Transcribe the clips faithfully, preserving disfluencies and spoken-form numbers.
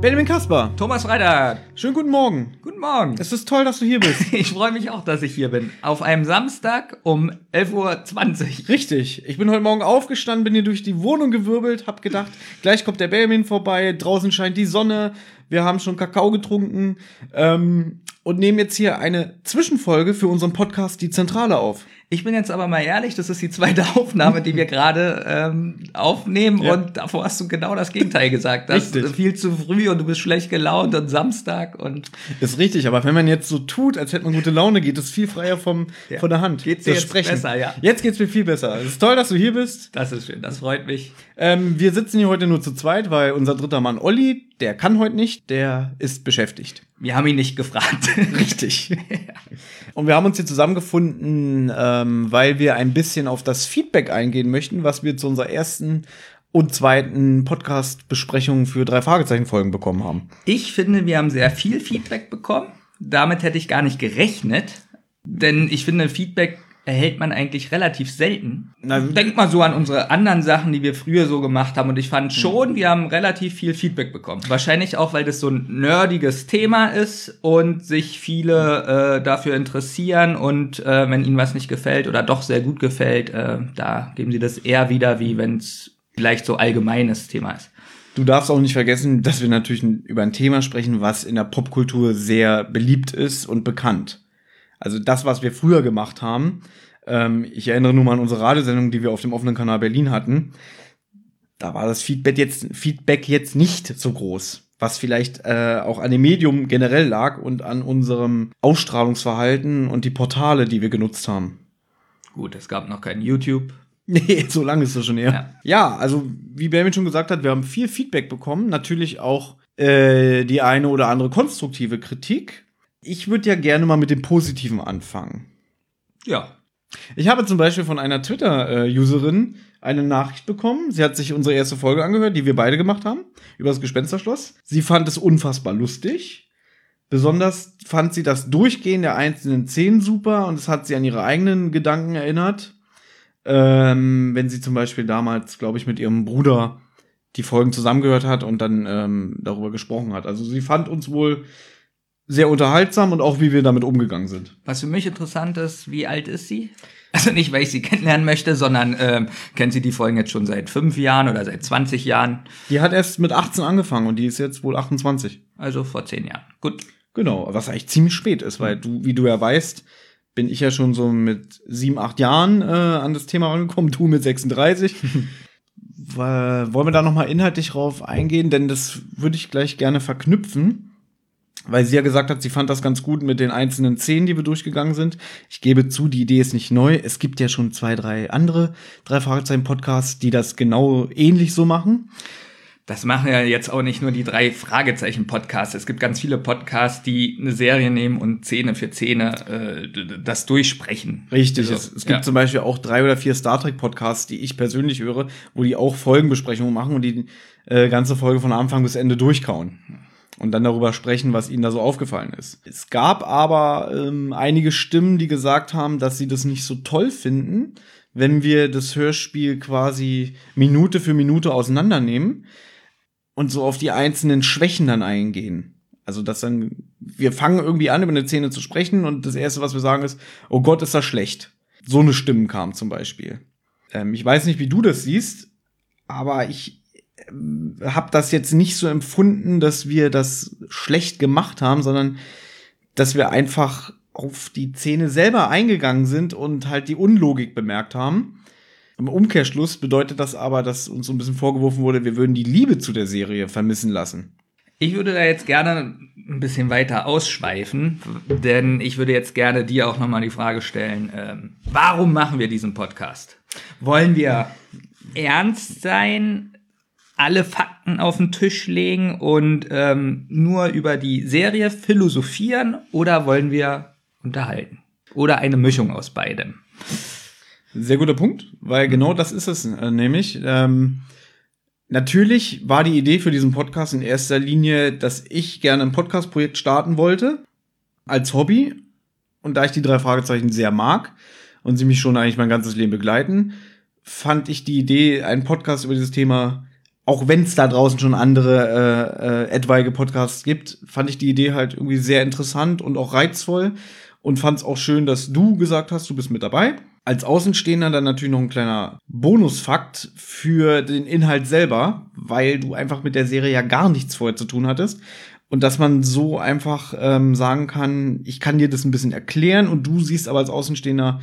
Benjamin Kasper. Thomas Freitag. Schönen guten Morgen. Guten Morgen. Es ist toll, dass du hier bist. Ich freue mich auch, dass ich hier bin. Auf einem Samstag um elf Uhr zwanzig. Richtig. Ich bin heute Morgen aufgestanden, bin hier durch die Wohnung gewirbelt, hab gedacht, gleich kommt der Benjamin vorbei, draußen scheint die Sonne, wir haben schon Kakao getrunken ähm, und nehmen jetzt hier eine Zwischenfolge für unseren Podcast Die Zentrale auf. Ich bin jetzt aber mal ehrlich, das ist die zweite Aufnahme, die wir gerade ähm, aufnehmen ja. Und davor hast du genau das Gegenteil gesagt. Das ist viel zu früh und du bist schlecht gelaunt und Samstag und... Ist richtig, aber wenn man jetzt so tut, als hätte man gute Laune, geht es viel freier vom, ja. von der Hand. Geht's dir jetzt Sprechen. besser, ja. Jetzt geht's mir viel besser. Es ist toll, dass du hier bist. Das ist schön, das freut mich. Ähm, wir sitzen hier heute nur zu zweit, weil unser dritter Mann Olli, der kann heute nicht, der ist beschäftigt. Wir haben ihn nicht gefragt. Richtig. Ja. Und wir haben uns hier zusammengefunden, ähm, weil wir ein bisschen auf das Feedback eingehen möchten, was wir zu unserer ersten und zweiten Podcast-Besprechung für drei Fragezeichen-Folgen bekommen haben. Ich finde, wir haben sehr viel Feedback bekommen. Damit hätte ich gar nicht gerechnet. Denn ich finde, Feedback erhält man eigentlich relativ selten. Na, denk mal so an unsere anderen Sachen, die wir früher so gemacht haben. Und ich fand schon, wir haben relativ viel Feedback bekommen. Wahrscheinlich auch, weil das so ein nerdiges Thema ist und sich viele äh, dafür interessieren. Und äh, wenn ihnen was nicht gefällt oder doch sehr gut gefällt, äh, da geben sie das eher wieder, wie wenn es vielleicht so allgemeines Thema ist. Du darfst auch nicht vergessen, dass wir natürlich über ein Thema sprechen, was in der Popkultur sehr beliebt ist und bekannt. Also das, was wir früher gemacht haben, ähm, ich erinnere nur mal an unsere Radiosendung, die wir auf dem offenen Kanal Berlin hatten, da war das Feedback jetzt, Feedback jetzt nicht so groß, was vielleicht äh, auch an dem Medium generell lag und an unserem Ausstrahlungsverhalten und die Portale, die wir genutzt haben. Gut, es gab noch kein YouTube. Nee, so lange ist das schon her. Ja, ja, also wie Benjamin schon gesagt hat, wir haben viel Feedback bekommen, natürlich auch äh, die eine oder andere konstruktive Kritik. Ich würde ja gerne mal mit dem Positiven anfangen. Ja. Ich habe zum Beispiel von einer Twitter-Userin eine Nachricht bekommen. Sie hat sich unsere erste Folge angehört, die wir beide gemacht haben, über das Gespensterschloss. Sie fand es unfassbar lustig. Besonders fand sie das Durchgehen der einzelnen Szenen super und es hat sie an ihre eigenen Gedanken erinnert. Ähm, wenn sie zum Beispiel damals, glaube ich, mit ihrem Bruder die Folgen zusammengehört hat und dann ähm, darüber gesprochen hat. Also sie fand uns wohl sehr unterhaltsam und auch, wie wir damit umgegangen sind. Was für mich interessant ist, wie alt ist sie? Also nicht, weil ich sie kennenlernen möchte, sondern ähm, kennt sie die Folgen jetzt schon seit fünf Jahren oder seit zwanzig Jahren? Die hat erst mit achtzehn angefangen und die ist jetzt wohl achtundzwanzig. Also vor zehn Jahren. Gut. Genau, was eigentlich ziemlich spät ist, weil du, wie du ja weißt, bin ich ja schon so mit sieben, acht Jahren äh, an das Thema rangekommen, du mit sechsunddreißig. Wollen wir da nochmal inhaltlich drauf eingehen? Denn das würde ich gleich gerne verknüpfen. Weil sie ja gesagt hat, sie fand das ganz gut mit den einzelnen Szenen, die wir durchgegangen sind. Ich gebe zu, die Idee ist nicht neu. Es gibt ja schon zwei, drei andere drei Fragezeichen-Podcasts, die das genau ähnlich so machen. Das machen ja jetzt auch nicht nur die drei Fragezeichen-Podcasts. Es gibt ganz viele Podcasts, die eine Serie nehmen und Szene für Szene äh, das durchsprechen. Richtig. Also, es, es gibt ja. zum Beispiel auch drei oder vier Star Trek-Podcasts, die ich persönlich höre, wo die auch Folgenbesprechungen machen und die äh, ganze Folge von Anfang bis Ende durchkauen. Und dann darüber sprechen, was ihnen da so aufgefallen ist. Es gab aber ähm, einige Stimmen, die gesagt haben, dass sie das nicht so toll finden, wenn wir das Hörspiel quasi Minute für Minute auseinandernehmen und so auf die einzelnen Schwächen dann eingehen. Also, dass dann, wir fangen irgendwie an, über eine Szene zu sprechen und das Erste, was wir sagen, ist, oh Gott, ist das schlecht. So eine Stimme kam zum Beispiel. Ähm, ich weiß nicht, wie du das siehst, aber ich habe das jetzt nicht so empfunden, dass wir das schlecht gemacht haben, sondern dass wir einfach auf die Szene selber eingegangen sind und halt die Unlogik bemerkt haben. Im Umkehrschluss bedeutet das aber, dass uns so ein bisschen vorgeworfen wurde, wir würden die Liebe zu der Serie vermissen lassen. Ich würde da jetzt gerne ein bisschen weiter ausschweifen, denn ich würde jetzt gerne dir auch nochmal die Frage stellen, ähm, warum machen wir diesen Podcast? Wollen wir ernst sein, alle Fakten auf den Tisch legen und ähm, nur über die Serie philosophieren oder wollen wir unterhalten? Oder eine Mischung aus beidem? Sehr guter Punkt, weil genau das ist es äh, nämlich. Ähm, natürlich war die Idee für diesen Podcast in erster Linie, dass ich gerne ein Podcast-Projekt starten wollte, als Hobby. Und da ich die drei Fragezeichen sehr mag und sie mich schon eigentlich mein ganzes Leben begleiten, fand ich die Idee, einen Podcast über dieses Thema auch wenn es da draußen schon andere äh, äh, etwaige Podcasts gibt, fand ich die Idee halt irgendwie sehr interessant und auch reizvoll und fand es auch schön, dass du gesagt hast, du bist mit dabei. Als Außenstehender dann natürlich noch ein kleiner Bonusfakt für den Inhalt selber, weil du einfach mit der Serie ja gar nichts vorher zu tun hattest. Und dass man so einfach ähm, sagen kann, ich kann dir das ein bisschen erklären und du siehst aber als Außenstehender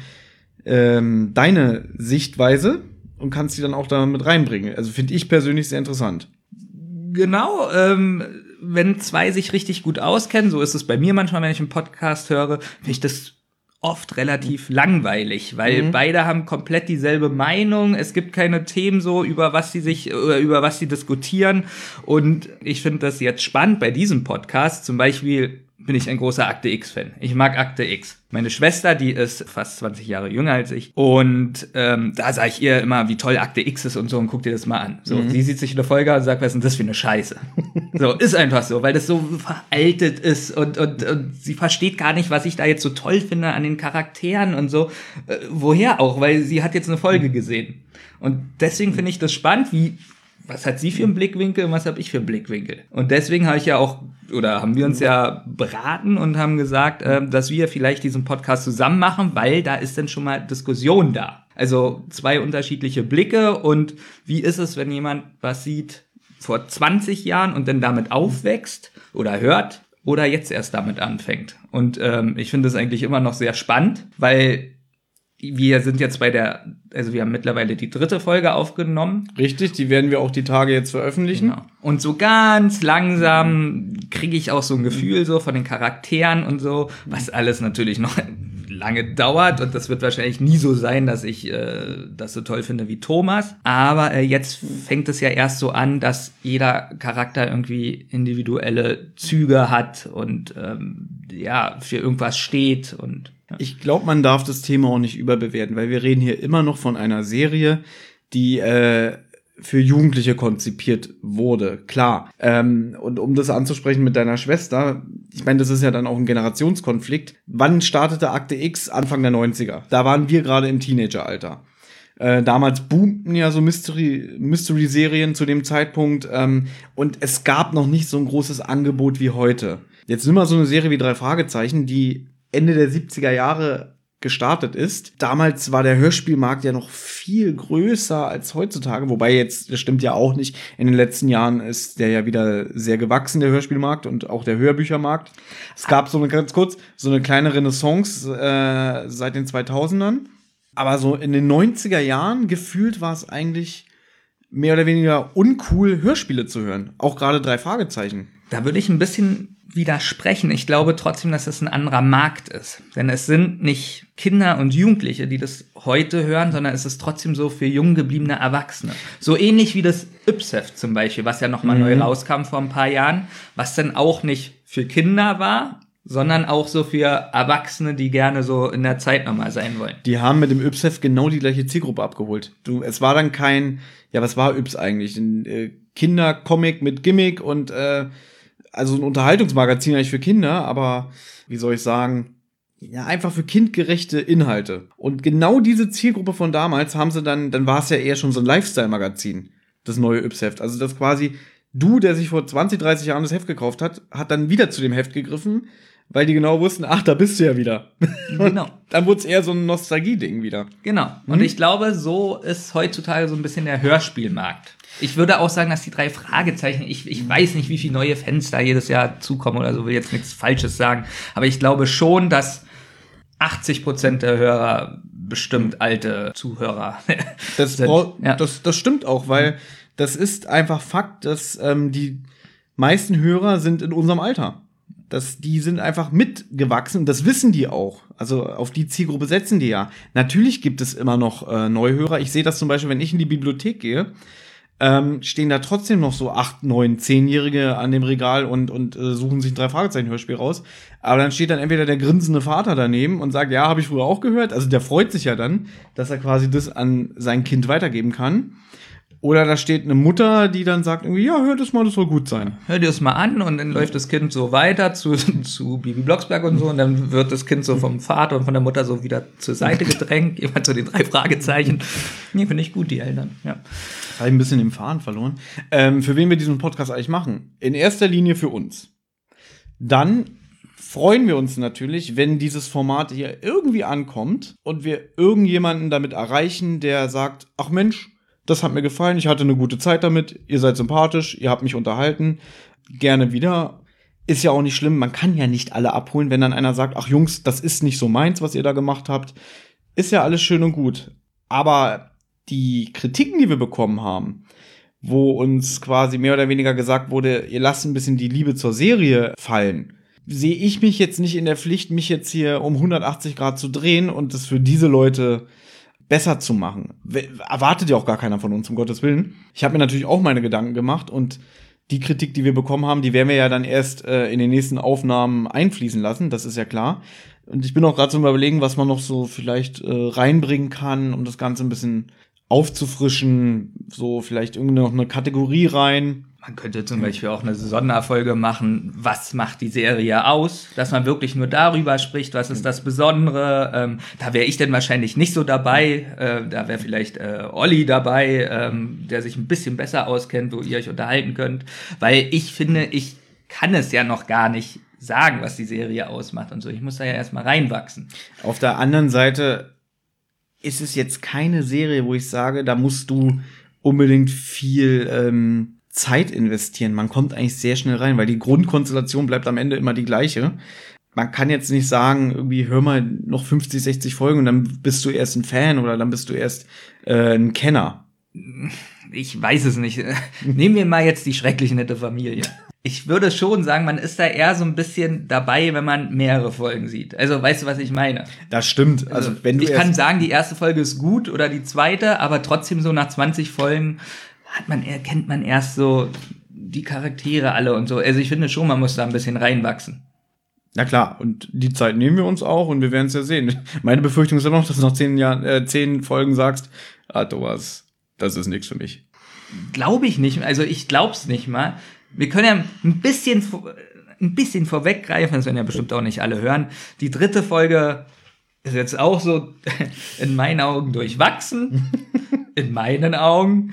ähm, deine Sichtweise und kannst die dann auch da mit reinbringen. Also finde ich persönlich sehr interessant. Genau, ähm, wenn zwei sich richtig gut auskennen, so ist es bei mir manchmal, wenn ich einen Podcast höre, finde ich das oft relativ langweilig, weil mhm. beide haben komplett dieselbe Meinung. Es gibt keine Themen so, über was sie sich, oder über was sie diskutieren. Und ich finde das jetzt spannend bei diesem Podcast. Zum Beispiel bin ich ein großer Akte X-Fan. Ich mag Akte X. Meine Schwester, die ist fast zwanzig Jahre jünger als ich. Und ähm, da sage ich ihr immer, wie toll Akte X ist und so, und guck dir das mal an. So, mhm. Sie sieht sich in der Folge und sagt, was ist denn das für eine Scheiße? So, ist einfach so, weil das so veraltet ist und, und, und sie versteht gar nicht, was ich da jetzt so toll finde an den Charakteren und so. Äh, woher auch? Weil sie hat jetzt eine Folge gesehen. Und deswegen finde ich das spannend, wie was hat sie für einen Blickwinkel und was habe ich für einen Blickwinkel? Und deswegen habe ich ja auch, oder haben wir uns ja beraten und haben gesagt, äh, dass wir vielleicht diesen Podcast zusammen machen, weil da ist dann schon mal Diskussion da. Also zwei unterschiedliche Blicke und wie ist es, wenn jemand was sieht vor zwanzig Jahren und dann damit aufwächst oder hört oder jetzt erst damit anfängt. Und ähm, ich finde das eigentlich immer noch sehr spannend, weil wir sind jetzt bei der, also wir haben mittlerweile die dritte Folge aufgenommen. Richtig, die werden wir auch die Tage jetzt veröffentlichen. Genau. Und so ganz langsam kriege ich auch so ein Gefühl so von den Charakteren und so, was alles natürlich noch lange dauert und das wird wahrscheinlich nie so sein, dass ich äh, das so toll finde wie Thomas. Aber äh, jetzt fängt es ja erst so an, dass jeder Charakter irgendwie individuelle Züge hat und ähm, ja, für irgendwas steht und ich glaube, man darf das Thema auch nicht überbewerten, weil wir reden hier immer noch von einer Serie, die äh, für Jugendliche konzipiert wurde, klar. Ähm, und um das anzusprechen mit deiner Schwester, ich meine, das ist ja dann auch ein Generationskonflikt. Wann startete Akte X? Anfang der neunziger. Da waren wir gerade im Teenageralter. Äh, damals boomten ja so Mystery, Mystery-Serien zu dem Zeitpunkt ähm, und es gab noch nicht so ein großes Angebot wie heute. Jetzt nimm mal so eine Serie wie Drei Fragezeichen, die Ende der siebziger Jahre gestartet ist. Damals war der Hörspielmarkt ja noch viel größer als heutzutage, wobei jetzt, das stimmt ja auch nicht, in den letzten Jahren ist der ja wieder sehr gewachsen, der Hörspielmarkt und auch der Hörbüchermarkt. Es gab so eine, ganz kurz, so eine kleine Renaissance äh, seit den zweitausendern, aber so in den neunziger Jahren gefühlt war es eigentlich mehr oder weniger uncool, Hörspiele zu hören. Auch gerade Drei Fragezeichen. Da würde ich ein bisschen widersprechen. Ich glaube trotzdem, dass es ein anderer Markt ist. Denn es sind nicht Kinder und Jugendliche, die das heute hören, sondern es ist trotzdem so für jung gebliebene Erwachsene. So ähnlich wie das Yps-Heft zum Beispiel, was ja nochmal mhm. neu rauskam vor ein paar Jahren, was dann auch nicht für Kinder war, sondern auch so für Erwachsene, die gerne so in der Zeit nochmal sein wollen. Die haben mit dem Yps-Heft genau die gleiche Zielgruppe abgeholt. Du, es war dann kein, ja, was war Yps eigentlich? Ein äh, Kindercomic mit Gimmick und äh, also ein Unterhaltungsmagazin eigentlich für Kinder, aber wie soll ich sagen, ja, einfach für kindgerechte Inhalte. Und genau diese Zielgruppe von damals haben sie dann, dann war es ja eher schon so ein Lifestyle-Magazin, das neue Yps-Heft. Also das quasi du, der sich vor zwanzig, dreißig Jahren das Heft gekauft hat, hat dann wieder zu dem Heft gegriffen, weil die genau wussten, ach, da bist du ja wieder. Genau. Dann wurde es eher so ein Nostalgie-Ding wieder. Genau. Und mhm. ich glaube, so ist heutzutage so ein bisschen der Hörspielmarkt. Ich würde auch sagen, dass die drei Fragezeichen, ich, ich weiß nicht, wie viele neue Fans da jedes Jahr zukommen oder so, will jetzt nichts Falsches sagen, aber ich glaube schon, dass achtzig Prozent der Hörer bestimmt alte Zuhörer das sind. Ja. Das, das stimmt auch, weil das ist einfach Fakt, dass ähm, die meisten Hörer sind in unserem Alter. Das, die sind einfach mitgewachsen, das wissen die auch. Also auf die Zielgruppe setzen die ja. Natürlich gibt es immer noch äh, Neuhörer. Ich sehe das zum Beispiel, wenn ich in die Bibliothek gehe, ähm, stehen da trotzdem noch so acht, neun, zehnjährige an dem Regal und, und äh, suchen sich ein Drei-Fragezeichen-Hörspiel raus. Aber dann steht dann entweder der grinsende Vater daneben und sagt, ja, habe ich früher auch gehört. Also der freut sich ja dann, dass er quasi das an sein Kind weitergeben kann. Oder da steht eine Mutter, die dann sagt irgendwie, ja, hör das mal, das soll gut sein. Hör dir das mal an und dann läuft das Kind so weiter zu, zu Bibi Blocksberg und so und dann wird das Kind so vom Vater und von der Mutter so wieder zur Seite gedrängt, jemand zu den drei Fragezeichen. Nee, finde ich gut, die Eltern, ja. habe ein bisschen den Faden verloren. Ähm, für wen wir diesen Podcast eigentlich machen? In erster Linie für uns. Dann freuen wir uns natürlich, wenn dieses Format hier irgendwie ankommt und wir irgendjemanden damit erreichen, der sagt, ach Mensch, das hat mir gefallen, ich hatte eine gute Zeit damit, ihr seid sympathisch, ihr habt mich unterhalten, gerne wieder. Ist ja auch nicht schlimm, man kann ja nicht alle abholen, wenn dann einer sagt, ach Jungs, das ist nicht so meins, was ihr da gemacht habt. Ist ja alles schön und gut. Aber die Kritiken, die wir bekommen haben, wo uns quasi mehr oder weniger gesagt wurde, ihr lasst ein bisschen die Liebe zur Serie fallen, sehe ich mich jetzt nicht in der Pflicht, mich jetzt hier um hundertachtzig Grad zu drehen und das für diese Leute besser zu machen. Erwartet ja auch gar keiner von uns, um Gottes Willen. Ich habe mir natürlich auch meine Gedanken gemacht und die Kritik, die wir bekommen haben, die werden wir ja dann erst äh, in den nächsten Aufnahmen einfließen lassen, das ist ja klar. Und ich bin auch gerade so mal überlegen, was man noch so vielleicht äh, reinbringen kann, um das Ganze ein bisschen aufzufrischen, so vielleicht irgendwie noch eine Kategorie rein. Man könnte zum Beispiel auch eine Sonderfolge machen, was macht die Serie aus? Dass man wirklich nur darüber spricht, was ist das Besondere. Ähm, da wäre ich dann wahrscheinlich nicht so dabei. Äh, da wäre vielleicht äh, Olli dabei, ähm, der sich ein bisschen besser auskennt, wo ihr euch unterhalten könnt. Weil ich finde, ich kann es ja noch gar nicht sagen, was die Serie ausmacht und so. Ich muss da ja erstmal reinwachsen. Auf der anderen Seite ist es jetzt keine Serie, wo ich sage, da musst du unbedingt viel ähm, Zeit investieren. Man kommt eigentlich sehr schnell rein, weil die Grundkonstellation bleibt am Ende immer die gleiche. Man kann jetzt nicht sagen, irgendwie hör mal noch fünfzig, sechzig Folgen und dann bist du erst ein Fan oder dann bist du erst äh, ein Kenner. Ich weiß es nicht. Nehmen wir mal jetzt die schrecklich nette Familie. Ich würde schon sagen, man ist da eher so ein bisschen dabei, wenn man mehrere Folgen sieht. Also, weißt du, was ich meine? Das stimmt. Also, also wenn du ich kann sagen, die erste Folge ist gut oder die zweite, aber trotzdem so nach zwanzig Folgen hat man, kennt man erst so die Charaktere alle und so. Also ich finde schon, man muss da ein bisschen reinwachsen. Na klar, und die Zeit nehmen wir uns auch und wir werden es ja sehen. Meine Befürchtung ist immer noch, dass du nach zehn Jahren, äh, zehn Folgen sagst, ah, Thomas, das ist nichts für mich. Glaube ich nicht. Also ich glaub's nicht mal. Wir können ja ein bisschen, ein bisschen vorweggreifen, das werden ja bestimmt auch nicht alle hören. Die dritte Folge ist jetzt auch so in meinen Augen durchwachsen. In meinen Augen.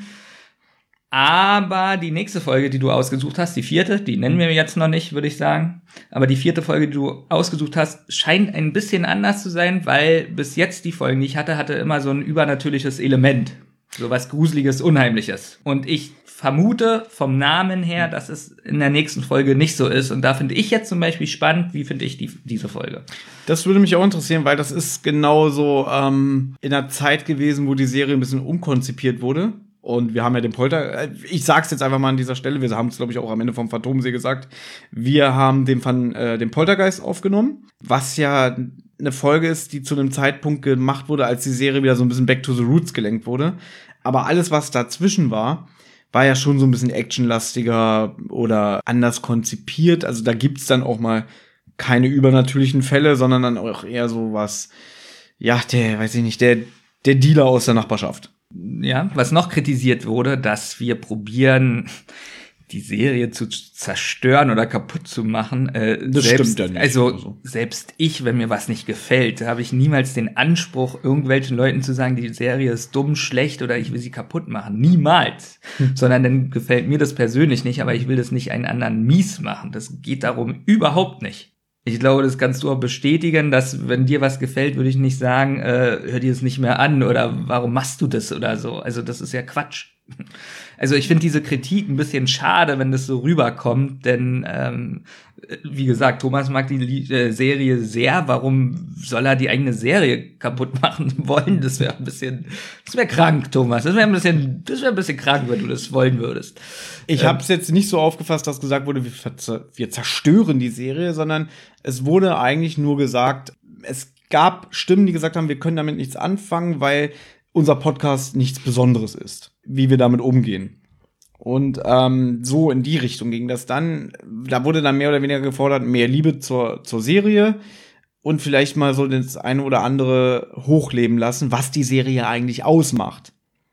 Aber die nächste Folge, die du ausgesucht hast, die vierte, die nennen wir jetzt noch nicht, würde ich sagen. Aber die vierte Folge, die du ausgesucht hast, scheint ein bisschen anders zu sein, weil bis jetzt die Folgen, die ich hatte, hatte immer so ein übernatürliches Element. So was Gruseliges, Unheimliches. Und ich vermute vom Namen her, dass es in der nächsten Folge nicht so ist. Und da finde ich jetzt zum Beispiel spannend, wie finde ich die, diese Folge. Das würde mich auch interessieren, weil das ist genau so ähm, in einer Zeit gewesen, wo die Serie ein bisschen umkonzipiert wurde. Und wir haben ja den Polter, ich sag's jetzt einfach mal an dieser Stelle, wir haben es, glaube ich, auch am Ende vom Phantomsee gesagt, wir haben den, Van, äh, den Poltergeist aufgenommen, was ja eine Folge ist, die zu einem Zeitpunkt gemacht wurde, als die Serie wieder so ein bisschen back to the roots gelenkt wurde. Aber alles, was dazwischen war, war ja schon so ein bisschen actionlastiger oder anders konzipiert. Also da gibt's dann auch mal keine übernatürlichen Fälle, sondern dann auch eher so was, ja, der, weiß ich nicht, der, der Dealer aus der Nachbarschaft. Ja, was noch kritisiert wurde, dass wir probieren, die Serie zu zerstören oder kaputt zu machen. Äh, das selbst, stimmt ja nicht. Also, also selbst ich, wenn mir was nicht gefällt, habe ich niemals den Anspruch, irgendwelchen Leuten zu sagen, die Serie ist dumm, schlecht oder ich will sie kaputt machen. Niemals. Hm. Sondern dann gefällt mir das persönlich nicht, aber ich will das nicht einen anderen mies machen. Das geht darum überhaupt nicht. Ich glaube, das kannst du auch bestätigen, dass wenn dir was gefällt, würde ich nicht sagen, äh, hör dir das nicht mehr an oder warum machst du das oder so. Also das ist ja Quatsch. Also ich finde diese Kritik ein bisschen schade, wenn das so rüberkommt, denn ähm, wie gesagt, Thomas mag die äh, Serie sehr. Warum soll er die eigene Serie kaputt machen wollen? Das wäre ein bisschen, das wäre krank, Thomas. Das wäre ein bisschen, das wäre ein bisschen krank, wenn du das wollen würdest. Ich ähm, habe es jetzt nicht so aufgefasst, dass gesagt wurde, wir, wir zerstören die Serie, sondern es wurde eigentlich nur gesagt, es gab Stimmen, die gesagt haben, wir können damit nichts anfangen, weil unser Podcast nichts Besonderes ist, wie wir damit umgehen. Und ähm, so in die Richtung ging das dann. Da wurde dann mehr oder weniger gefordert, mehr Liebe zur, zur Serie und vielleicht mal so das eine oder andere hochleben lassen, was die Serie eigentlich ausmacht.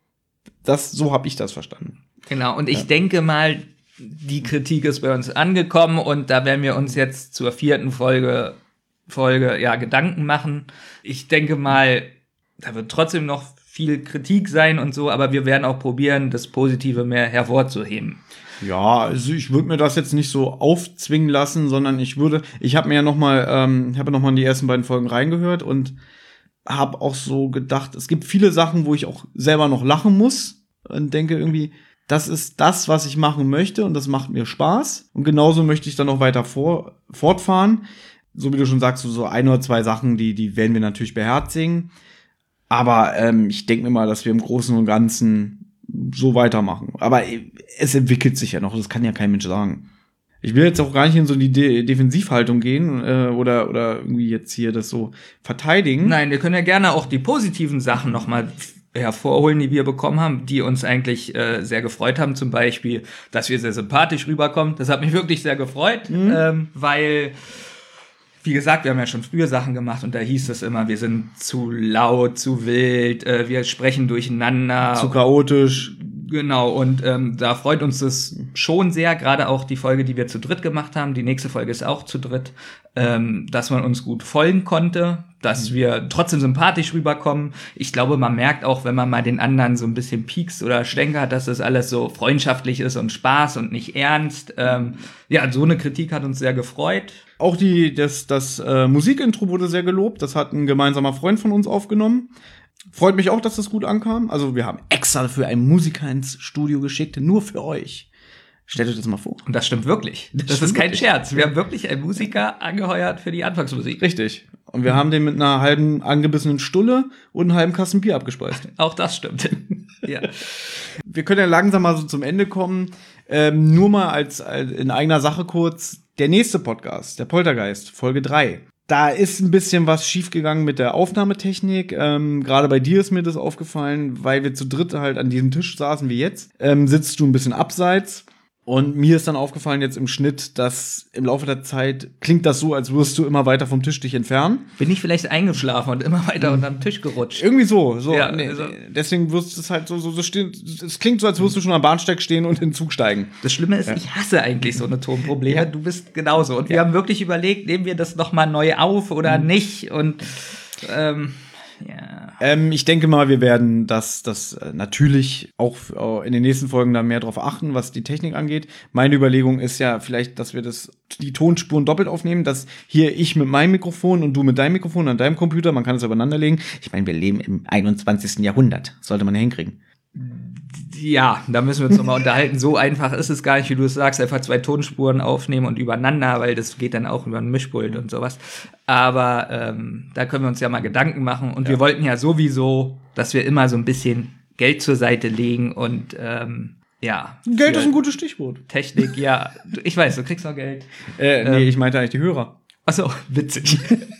Das, so habe ich das verstanden. Genau, und ich ja. denke mal, die Kritik ist bei uns angekommen und da werden wir uns jetzt zur vierten Folge, Folge ja, Gedanken machen. Ich denke mal, da wird trotzdem noch viel Kritik sein und so, aber wir werden auch probieren, das Positive mehr hervorzuheben. Ja, also ich würde mir das jetzt nicht so aufzwingen lassen, sondern ich würde, ich habe mir ja noch mal, ähm, ich habe noch mal in die ersten beiden Folgen reingehört und habe auch so gedacht, es gibt viele Sachen, wo ich auch selber noch lachen muss und denke irgendwie, das ist das, was ich machen möchte und das macht mir Spaß und genauso möchte ich dann noch weiter vor, fortfahren. So wie du schon sagst, so ein oder zwei Sachen, die die werden wir natürlich beherzigen, aber ähm, ich denke mir mal, dass wir im Großen und Ganzen so weitermachen. Aber es entwickelt sich ja noch, das kann ja kein Mensch sagen. Ich will jetzt auch gar nicht in so die De- Defensivhaltung gehen äh, oder oder irgendwie jetzt hier das so verteidigen. Nein, wir können ja gerne auch die positiven Sachen noch mal hervorholen, die wir bekommen haben, die uns eigentlich äh, sehr gefreut haben. Zum Beispiel, dass wir sehr sympathisch rüberkommen. Das hat mich wirklich sehr gefreut, mhm. ähm, weil wie gesagt, wir haben ja schon früher Sachen gemacht und da hieß es immer, wir sind zu laut, zu wild, äh, wir sprechen durcheinander. Zu chaotisch. Genau, und ähm, da freut uns das schon sehr, gerade auch die Folge, die wir zu dritt gemacht haben, die nächste Folge ist auch zu dritt, ähm, dass man uns gut folgen konnte, dass mhm. wir trotzdem sympathisch rüberkommen. Ich glaube, man merkt auch, wenn man mal den anderen so ein bisschen piekst oder stänkert, dass das alles so freundschaftlich ist und Spaß und nicht ernst. Ähm, ja, so eine Kritik hat uns sehr gefreut. Auch die, das, das äh, Musikintro wurde sehr gelobt, das hat ein gemeinsamer Freund von uns aufgenommen. Freut mich auch, dass das gut ankam. Also wir haben extra für einen Musiker ins Studio geschickt, nur für euch. Stellt euch das mal vor. Und das stimmt wirklich. Das, das stimmt ist kein wirklich. Scherz. Wir haben wirklich einen Musiker angeheuert für die Anfangsmusik. Richtig. Und wir haben den mit einer halben angebissenen Stulle und einem halben Kasten Bier abgespeist. Auch das stimmt. Ja. Wir können ja langsam mal so zum Ende kommen. Ähm, nur mal als, als in eigener Sache kurz. Der nächste Podcast, der Poltergeist, Folge drei. Da ist ein bisschen was schiefgegangen mit der Aufnahmetechnik. Ähm, Gerade bei dir ist mir das aufgefallen, weil wir zu dritt halt an diesem Tisch saßen wie jetzt. Ähm, sitzt du ein bisschen abseits. Und mir ist dann aufgefallen jetzt im Schnitt, dass im Laufe der Zeit klingt das so, als würdest du immer weiter vom Tisch dich entfernen. Bin ich vielleicht eingeschlafen und immer weiter mhm. unterm Tisch gerutscht? Irgendwie so. so ja, nee, also. Deswegen wirst du es halt so, so, so stehen. Es klingt so, als würdest du schon am Bahnsteig stehen und in den Zug steigen. Das Schlimme ist, ja. ich hasse eigentlich so eine Tonprobleme. Ja. Du bist genauso. Und wir ja. haben wirklich überlegt, nehmen wir das noch mal neu auf oder mhm. nicht? Und ähm, ja. Ähm, ich denke mal, wir werden das, das äh, natürlich auch in den nächsten Folgen da mehr drauf achten, was die Technik angeht. Meine Überlegung ist ja vielleicht, dass wir das die Tonspuren doppelt aufnehmen, dass hier ich mit meinem Mikrofon und du mit deinem Mikrofon an deinem Computer, man kann es übereinander legen. Ich meine, wir leben im einundzwanzigsten Jahrhundert. Sollte man ja hinkriegen. Ja, da müssen wir uns nochmal unterhalten. So einfach ist es gar nicht, wie du es sagst, einfach zwei Tonspuren aufnehmen und übereinander, weil das geht dann auch über ein Mischpult und sowas. Aber ähm, da können wir uns ja mal Gedanken machen. Und ja. wir wollten ja sowieso, dass wir immer so ein bisschen Geld zur Seite legen und ähm, ja. Geld ist ein gutes Stichwort. Technik, ja. Ich weiß, du kriegst noch Geld. Äh, nee, ähm, ich meinte eigentlich die Hörer. Ach so, witzig.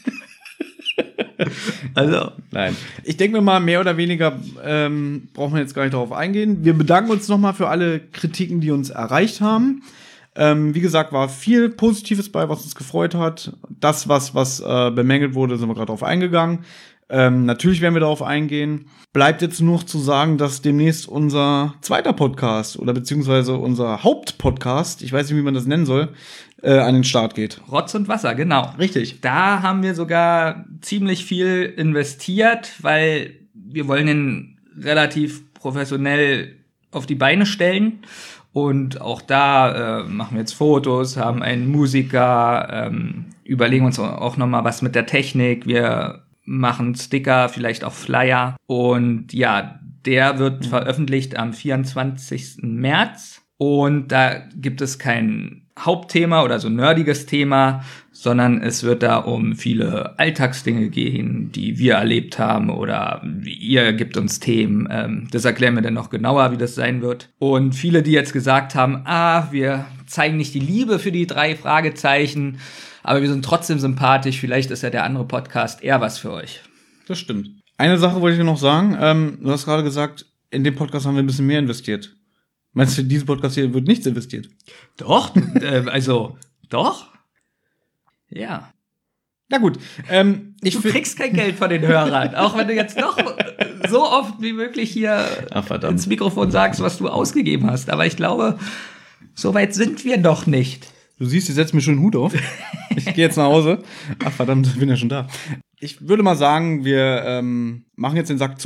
Also, nein. Ich denke mir mal, mehr oder weniger ähm, brauchen wir jetzt gar nicht darauf eingehen. Wir bedanken uns nochmal für alle Kritiken, die uns erreicht haben. Ähm, wie gesagt, war viel Positives bei, was uns gefreut hat. Das, was, was äh, bemängelt wurde, sind wir gerade drauf eingegangen. Ähm, natürlich werden wir darauf eingehen. Bleibt jetzt nur noch zu sagen, dass demnächst unser zweiter Podcast oder beziehungsweise unser Hauptpodcast, ich weiß nicht, wie man das nennen soll, äh, an den Start geht. Rotz und Wasser, genau. Richtig. Da haben wir sogar ziemlich viel investiert, weil wir wollen ihn relativ professionell auf die Beine stellen. Und auch da äh, machen wir jetzt Fotos, haben einen Musiker, ähm, überlegen uns auch noch mal was mit der Technik. Wir machen Sticker, vielleicht auch Flyer. Und ja, der wird mhm. veröffentlicht am vierundzwanzigsten März. Und da gibt es kein Hauptthema oder so ein nerdiges Thema, sondern es wird da um viele Alltagsdinge gehen, die wir erlebt haben oder ihr gebt uns Themen. Ähm, das erklären wir dann noch genauer, wie das sein wird. Und viele, die jetzt gesagt haben, ah, wir zeigen nicht die Liebe für die drei Fragezeichen, aber wir sind trotzdem sympathisch, vielleicht ist ja der andere Podcast eher was für euch. Das stimmt. Eine Sache wollte ich dir noch sagen. Ähm, du hast gerade gesagt, in dem Podcast haben wir ein bisschen mehr investiert. Meinst du, in diesem Podcast hier wird nichts investiert? Doch, äh, also, doch. Ja. Na gut. Ähm, ich du kriegst kein Geld von den Hörern, auch wenn du jetzt noch so oft wie möglich hier Ach, ins Mikrofon sagst, was du ausgegeben hast. Aber ich glaube, so weit sind wir noch nicht. Du siehst, ich setze mir schon den Hut auf. Ich gehe jetzt nach Hause. Ach verdammt, ich bin ja schon da. Ich würde mal sagen, wir ähm, machen jetzt den Sack zu.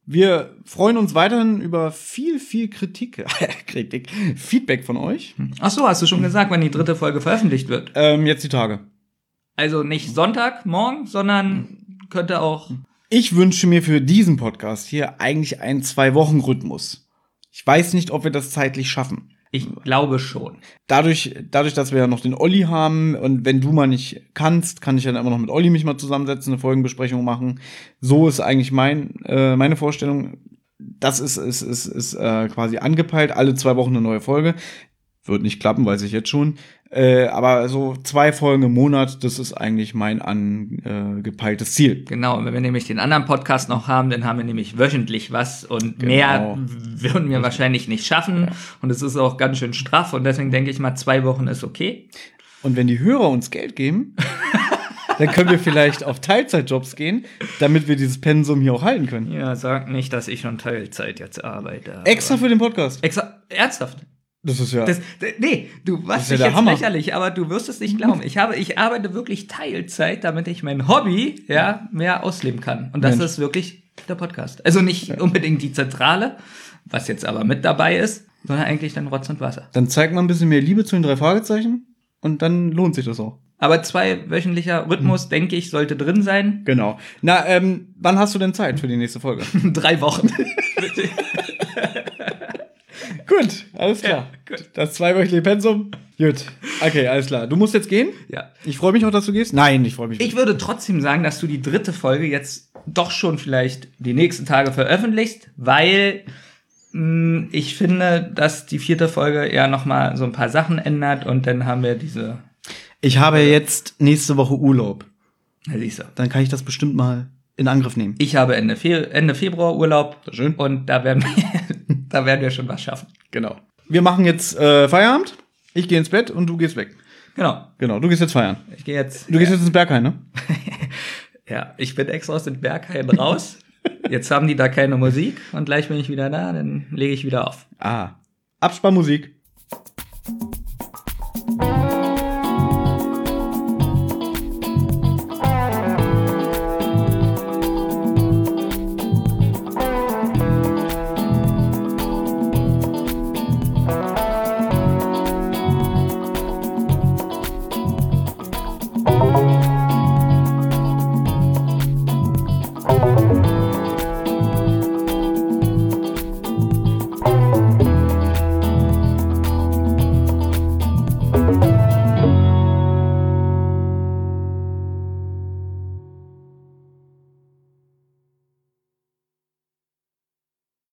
Wir freuen uns weiterhin über viel, viel Kritik, Kritik, Feedback von euch. Ach so, hast du schon gesagt, wann die dritte Folge veröffentlicht wird? Ähm, jetzt die Tage. Also nicht Sonntag, morgen, sondern könnte auch... Ich wünsche mir für diesen Podcast hier eigentlich einen Zwei-Wochen-Rhythmus. Ich weiß nicht, ob wir das zeitlich schaffen. Ich glaube schon. Dadurch, dadurch, dass wir ja noch den Olli haben und wenn du mal nicht kannst, kann ich dann immer noch mit Olli mich mal zusammensetzen, eine Folgenbesprechung machen. So ist eigentlich mein, äh, meine Vorstellung. Das ist, ist, ist, ist äh, quasi angepeilt, alle zwei Wochen eine neue Folge. Wird nicht klappen, weiß ich jetzt schon. Äh, aber so zwei Folgen im Monat, das ist eigentlich mein angepeiltes Ziel. Genau, wenn wir nämlich den anderen Podcast noch haben, dann haben wir nämlich wöchentlich was und genau. Mehr würden wir wahrscheinlich nicht schaffen. Ja. Und es ist auch ganz schön straff und deswegen denke ich mal, zwei Wochen ist okay. Und wenn die Hörer uns Geld geben, dann können wir vielleicht auf Teilzeitjobs gehen, damit wir dieses Pensum hier auch halten können. Ja, sag nicht, dass ich schon Teilzeit jetzt arbeite. Extra für den Podcast? Extra, ernsthaft? Das ist ja. Das, nee, du machst dich ja jetzt Hammer. Lächerlich, aber du wirst es nicht glauben. Ich habe, ich arbeite wirklich Teilzeit, damit ich mein Hobby, ja, mehr ausleben kann. Und das Mensch. Ist wirklich der Podcast. Also nicht ja. unbedingt die Zentrale, was jetzt aber mit dabei ist, sondern eigentlich dann Rotz und Wasser. Dann zeigt man ein bisschen mehr Liebe zu den drei Fragezeichen und dann lohnt sich das auch. Aber zwei wöchentlicher Rhythmus, hm. denke ich, sollte drin sein. Genau. Na, ähm, wann hast du denn Zeit für die nächste Folge? Drei Wochen. Gut, alles klar. Ja, gut. Das zweiwöchentliche Pensum. Gut. Okay, alles klar. Du musst jetzt gehen? Ja. Ich freue mich auch, dass du gehst. Nein, ich freue mich nicht. Ich würde trotzdem sagen, dass du die dritte Folge jetzt doch schon vielleicht die nächsten Tage veröffentlichst, weil mh, ich finde, dass die vierte Folge ja noch mal so ein paar Sachen ändert und dann haben wir diese... Ich habe jetzt nächste Woche Urlaub. Ja, siehst du. Dann kann ich das bestimmt mal in Angriff nehmen. Ich habe Ende, Fe- Ende Februar Urlaub. Sehr schön. Und da werden wir, da werden wir schon was schaffen. Genau. Wir machen jetzt äh, Feierabend. Ich gehe ins Bett und du gehst weg. Genau. Genau, du gehst jetzt feiern. Ich gehe jetzt. Du gehst jetzt ins Berghain, ne? Ja, ich bin extra aus dem Berghain raus. Jetzt haben die da keine Musik und gleich bin ich wieder da, dann lege ich wieder auf. Ah. Abspannmusik.